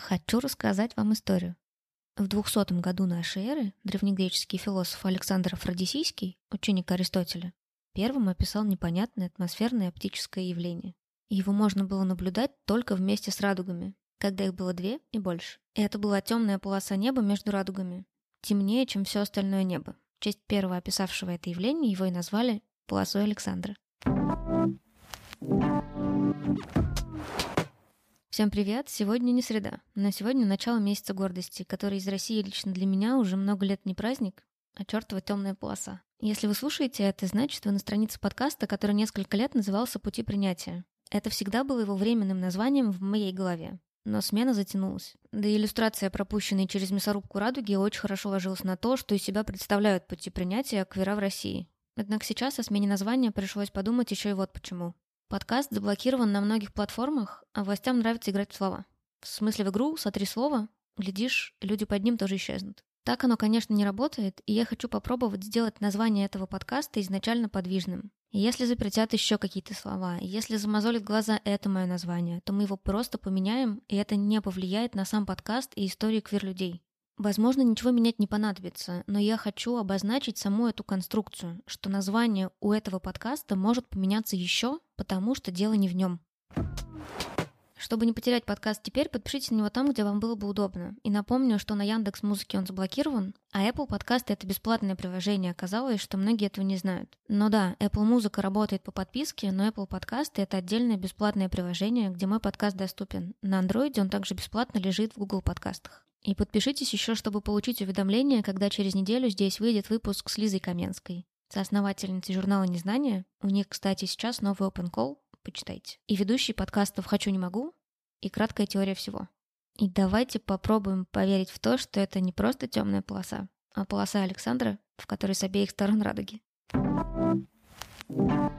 Хочу рассказать вам историю. В 200 году нашей эры древнегреческий философ Александр Афродисийский, ученик Аристотеля, первым описал непонятное атмосферное оптическое явление. Его можно было наблюдать только вместе с радугами, когда их было две и больше. И это была темная полоса неба между радугами, темнее, чем все остальное небо. В честь первого описавшего это явление его и назвали полосой Александра. Всем привет! Сегодня не среда, но сегодня начало месяца гордости, который из России лично для меня уже много лет не праздник, а чертова темная полоса. Если вы слушаете это, значит, вы на странице подкаста, который несколько лет назывался «Пути принятия». Это всегда было его временным названием в моей голове. Но смена затянулась. Да и иллюстрация, пропущенная через мясорубку радуги, очень хорошо ложилась на то, что из себя представляют пути принятия квира в России. Однако сейчас о смене названия пришлось подумать еще и вот почему. Подкаст заблокирован на многих платформах, а властям нравится играть в слова. В смысле, в игру «сотри слово», глядишь, люди под ним тоже исчезнут. Так оно, конечно, не работает, и я хочу попробовать сделать название этого подкаста изначально подвижным. И если запретят еще какие-то слова, и если замазолит глаза это мое название, то мы его просто поменяем, и это не повлияет на сам подкаст и историю квир-людей. Возможно, ничего менять не понадобится, но я хочу обозначить саму эту конструкцию, что название у этого подкаста может поменяться еще, потому что дело не в нем. Чтобы не потерять подкаст теперь, подпишитесь на него там, где вам было бы удобно. И напомню, что на Яндекс.Музыке он заблокирован, а Apple Подкасты — это бесплатное приложение. Оказалось, что многие этого не знают. Но да, Apple Музыка работает по подписке, но Apple Подкасты — это отдельное бесплатное приложение, где мой подкаст доступен. На Android он также бесплатно лежит в Google Подкастах. И подпишитесь еще, чтобы получить уведомления, когда через неделю здесь выйдет выпуск с Лизой Каменской, соосновательницей журнала «Незнание». У них, кстати, сейчас новый open call, почитайте. И ведущий подкастов «Хочу, не могу» и «Краткая теория всего». И давайте попробуем поверить в то, что это не просто темная полоса, а полоса Александра, в которой с обеих сторон радуги.